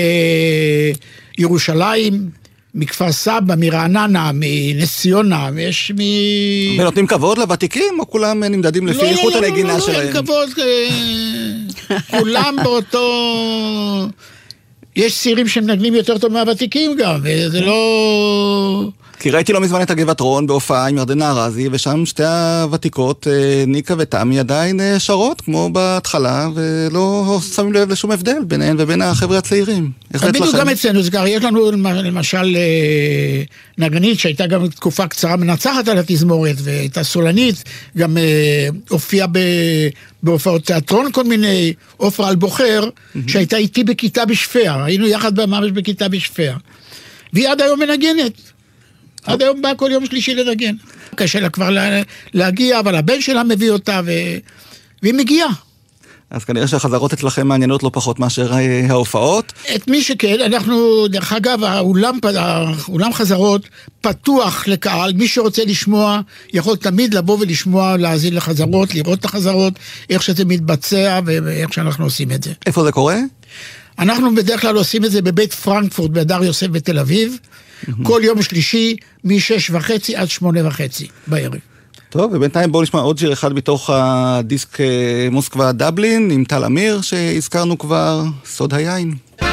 מירושלים, מכפר סבא, מרעננה, מנס ציונה, יש מ... ונותנים כבוד לוותיקים, או כולם נמדדים לפי איכות הנגינה שלהם? לא, לא, לא, כבוד, כולם באותו... יש סירים שמנגנים יותר טוב מהוותיקים גם, וזה לא... כי ראיתי לא מזמן את הגבעת רון בהופעה עם ירדנה ארזי, ושם שתי הוותיקות, ניקה ותמי, עדיין שרות, כמו בהתחלה, ולא שמים לב לשום הבדל ביניהן ובין החבר'ה הצעירים. תמיד הוא גם אצלנו, זה קרה, יש לנו למשל נגנית, שהייתה גם תקופה קצרה מנצחת על התזמורת, והייתה סולנית, גם הופיעה בהופעות תיאטרון כל מיני, עופרה אלבוחר, שהייתה איתי בכיתה בשפיה, היינו יחד ממש בכיתה בשפיה, והיא עד היום מנגנת. עד היום בא כל יום שלישי לנגן. קשה לה כבר להגיע, אבל הבן שלה מביא אותה, ו... והיא מגיעה. אז כנראה שהחזרות אצלכם מעניינות לא פחות מאשר ההופעות. את מי שכן, אנחנו, דרך אגב, האולם, האולם חזרות פתוח לקהל, מי שרוצה לשמוע, יכול תמיד לבוא ולשמוע, להאזין לחזרות, לראות את החזרות, איך שזה מתבצע, ואיך שאנחנו עושים את זה. איפה זה קורה? אנחנו בדרך כלל עושים את זה בבית פרנקפורט, בהדר יוסף בתל אביב, כל יום שלישי, משש וחצי עד שמונה וחצי בערב. טוב, ובינתיים בואו נשמע עוד שיר אחד מתוך הדיסק מוסקבה דבלין, עם טל אמיר, שהזכרנו כבר, סוד היין.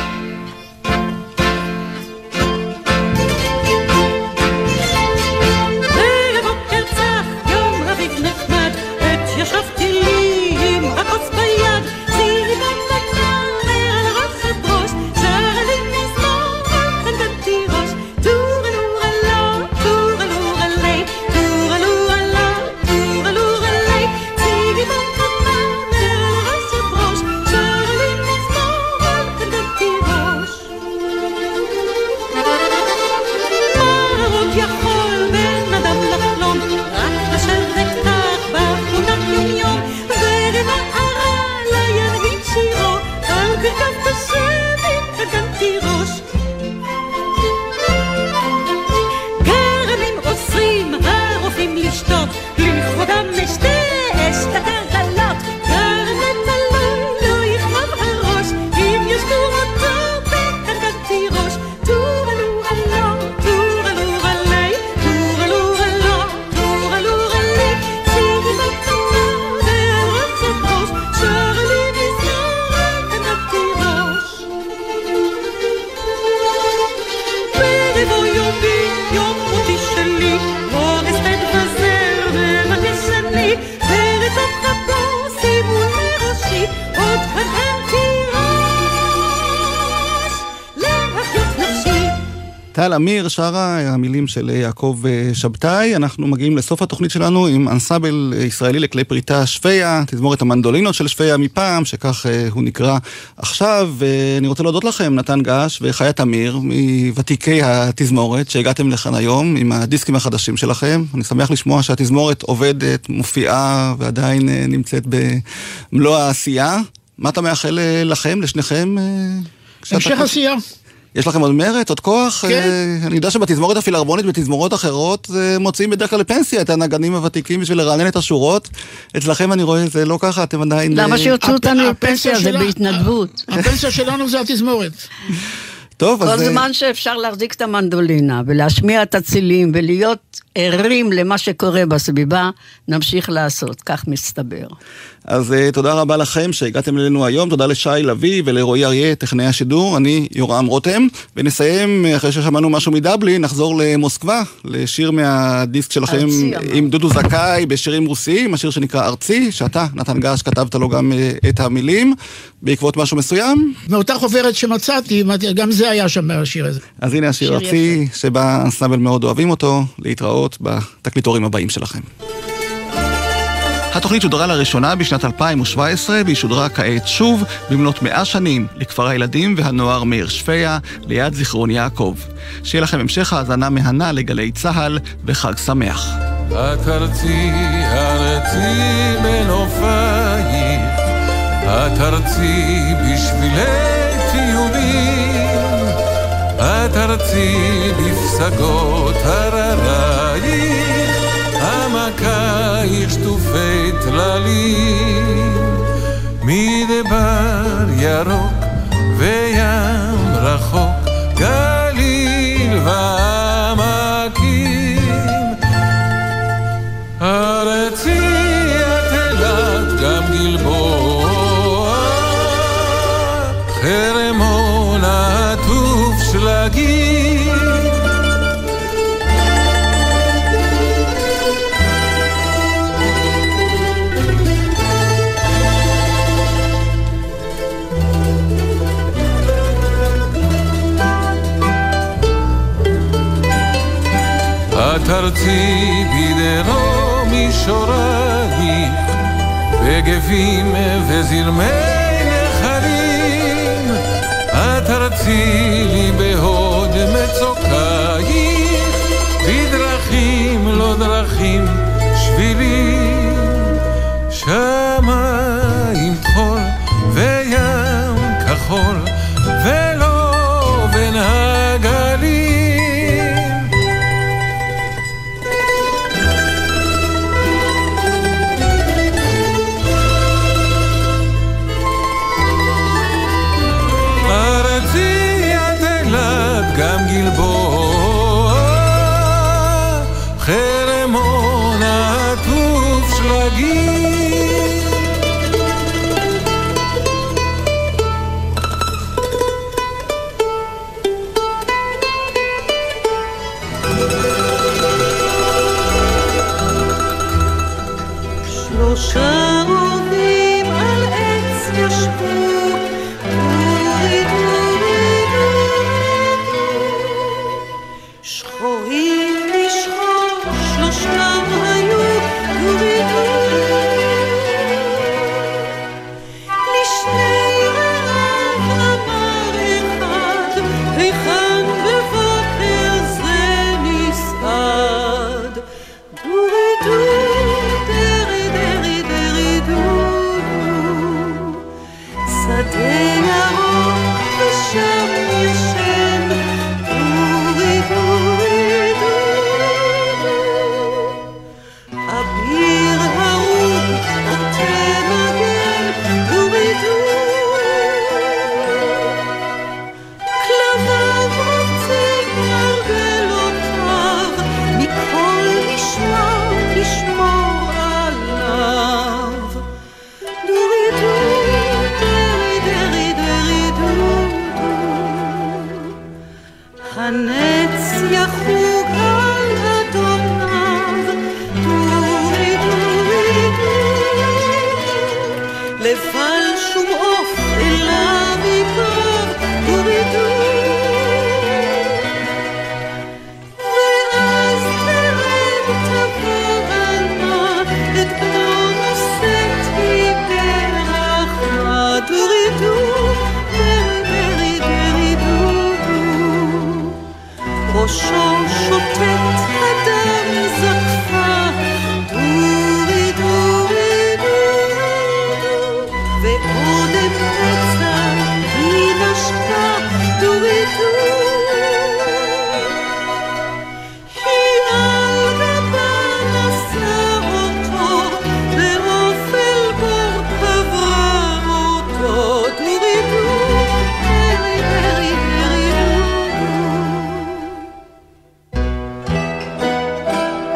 טל אמיר שרה, המילים של יעקב שבתאי. אנחנו מגיעים לסוף התוכנית שלנו עם אנסמבל ישראלי לכלי פריטה שפיה, תזמורת המנדולינות של שפיה מפעם, שכך הוא נקרא עכשיו. ואני רוצה להודות לכם, נתן גש וחיית אמיר, מוותיקי התזמורת, שהגעתם לכאן היום עם הדיסקים החדשים שלכם. אני שמח לשמוע שהתזמורת עובדת, מופיעה ועדיין נמצאת במלוא העשייה. מה אתה מאחל לכם, לשניכם? המשך עשייה. יש לכם עוד מרץ, עוד כוח? כן. אני יודע שבתזמורת הפילהרמונית, בתזמורות אחרות, מוצאים בדרך כלל לפנסיה את הנגנים הוותיקים בשביל לרענן את השורות. אצלכם אני רואה, זה לא ככה, אתם עדיין... למה שיוצאו אותנו לפנסיה? זה בהתנדבות. הפנסיה שלנו זה התזמורת. טוב, אז... כל זמן שאפשר להחזיק את המנדולינה, ולהשמיע את הצילים, ולהיות ערים למה שקורה בסביבה, נמשיך לעשות, כך מסתבר. אז uh, תודה רבה לכם שהגעתם אלינו היום, תודה לשי לוי ולרועי אריה, טכנאי השידור, אני יורם רותם, ונסיים, אחרי ששמענו משהו מדבלין, נחזור למוסקבה, לשיר מהדיסק שלכם ארצי, עם דודו זכאי בשירים רוסיים, השיר שנקרא ארצי, שאתה, נתן גש, כתבת לו גם uh, את המילים, בעקבות משהו מסוים. מאותה חוברת שמצאתי, גם זה היה שם השיר הזה. אז הנה השיר ארצי, שבה אנסמבל מאוד אוהבים אותו, להתראות בתקליטורים הבאים שלכם. התוכנית שודרה לראשונה בשנת אלפיים ושבע עשרה, והיא שודרה כעת שוב במלאת מאה שנים לכפר הילדים והנוער מאיר שפיה ליד זיכרון יעקב. שיהיה לכם המשך האזנה מהנה לגלי צהל וחג שמח. את ארצי, ארצי בנופייך, את ארצי בשבילי טיולים, את ארצי בפסגות הררייך, עמקייך שטופי טללים, מדבר ירוק וים רחוק, גליל ועמקים. ארצי את אילת גם גלבוע, חרמון עטוף שלגים, את ארצי בדרום מישורייך, בגבים וזרמי נחלים, את ארצי לי בהוד מצוקייך, בדרכים לא דרכים שבילים, שמיים חול וים כחול ולא בין הגלים. גם גלבוע, חרמון עטוף שלגים. שלושה רובים על עץ ישבו, שחורים לשחור, שלושתם היו גורידו, לשני רעב אמר אחד, היכן בבוקר זה נסעד. דורידו, דרי דרי דרי דודו, שדה ירוק ושם ישן, אביר הרוג עוטה מגן, דורידו, כלביו רוצים מרגלותיו, מכל משמר לשמור עליו. דורידו, דרי דרי דרי דודו, הנץ יחוג על אדוניו, דורי דורי דורי, לבל שום עוף אליו יקרב, דורי דורי. ואז תרד תבוא ענה, את בנו נושאתי ברחמה, דורי דורי דרי דרי דודו, ראשו שוטט אדם זקפה, דורי דורי דודו, ועודם פצע היא נשקה, דורי דורי. היא על גבה נשא אותו, באופל בור קברה אותו, דורי דורי דרי דרי דודו.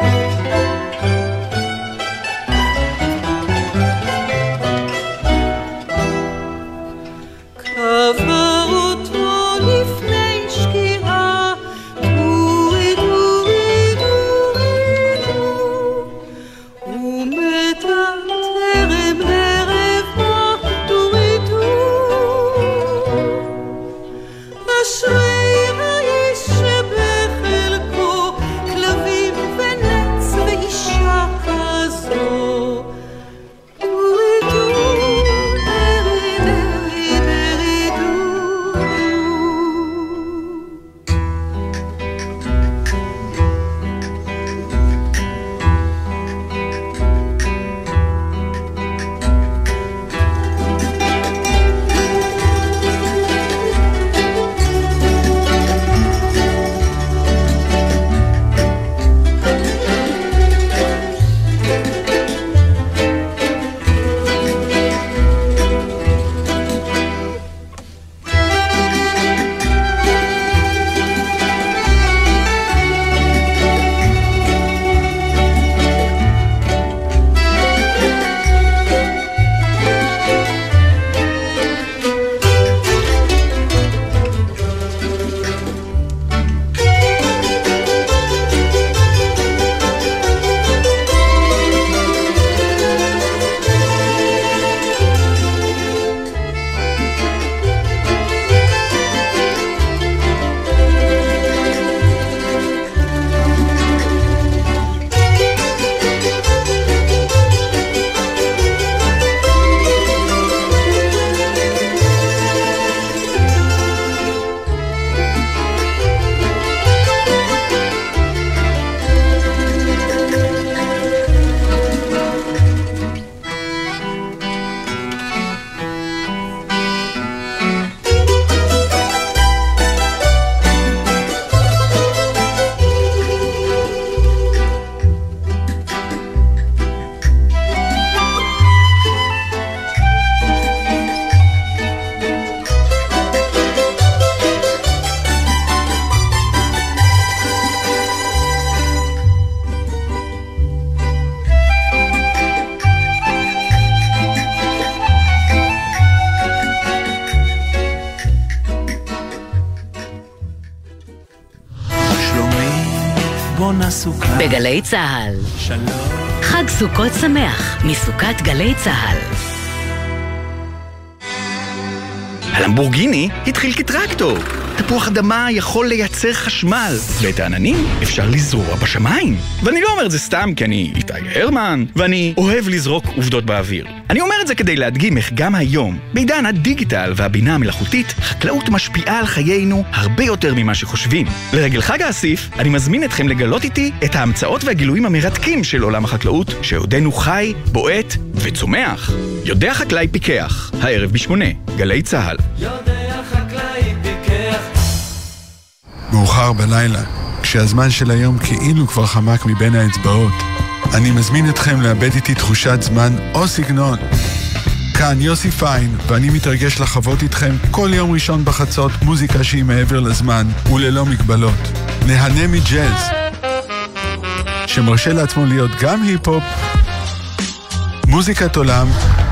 חלון הסוכה. בגלי צהל. שלום. חג סוכות שמח, מסוכת גלי צהל. הלמבורגיני התחיל כטרקטור. תפוח אדמה יכול לייצר חשמל, ואת העננים אפשר לזרוע בשמיים. ואני לא אומר את זה סתם כי אני איתי הרמן, ואני אוהב לזרוק עובדות באוויר. אני אומר את זה כדי להדגים איך גם היום, בעידן הדיגיטל והבינה המלאכותית, חקלאות משפיעה על חיינו הרבה יותר ממה שחושבים. לרגל חג האסיף, אני מזמין אתכם לגלות איתי את ההמצאות והגילויים המרתקים של עולם החקלאות, שעודנו חי, בועט וצומח. יודע חקלאי פיקח, הערב בשמונה, גלי צהל. יודע חקלאי פיקח. מאוחר בלילה, כשהזמן של היום כאילו כבר חמק מבין האצבעות, אני מזמין אתכם לאבד איתי תחושת זמן או סגנון. כאן יוסי פיין, ואני מתרגש לחוות איתכם כל יום ראשון בחצות מוזיקה שהיא מעבר לזמן וללא מגבלות. נהנה מג'אז, שמרשה לעצמו להיות גם היפ-הופ, מוזיקת עולם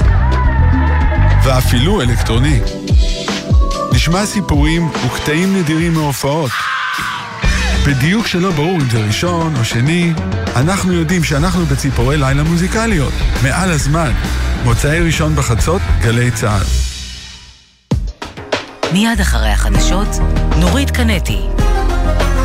ואפילו אלקטרוני. נשמע סיפורים וקטעים נדירים מהופעות. בדיוק שלא ברור אם זה ראשון או שני, אנחנו יודעים שאנחנו בציפורי לילה מוזיקליות. מעל הזמן. מוצאי ראשון בחצות, גלי צהל. מיד אחרי החדשות, נורית קנטי.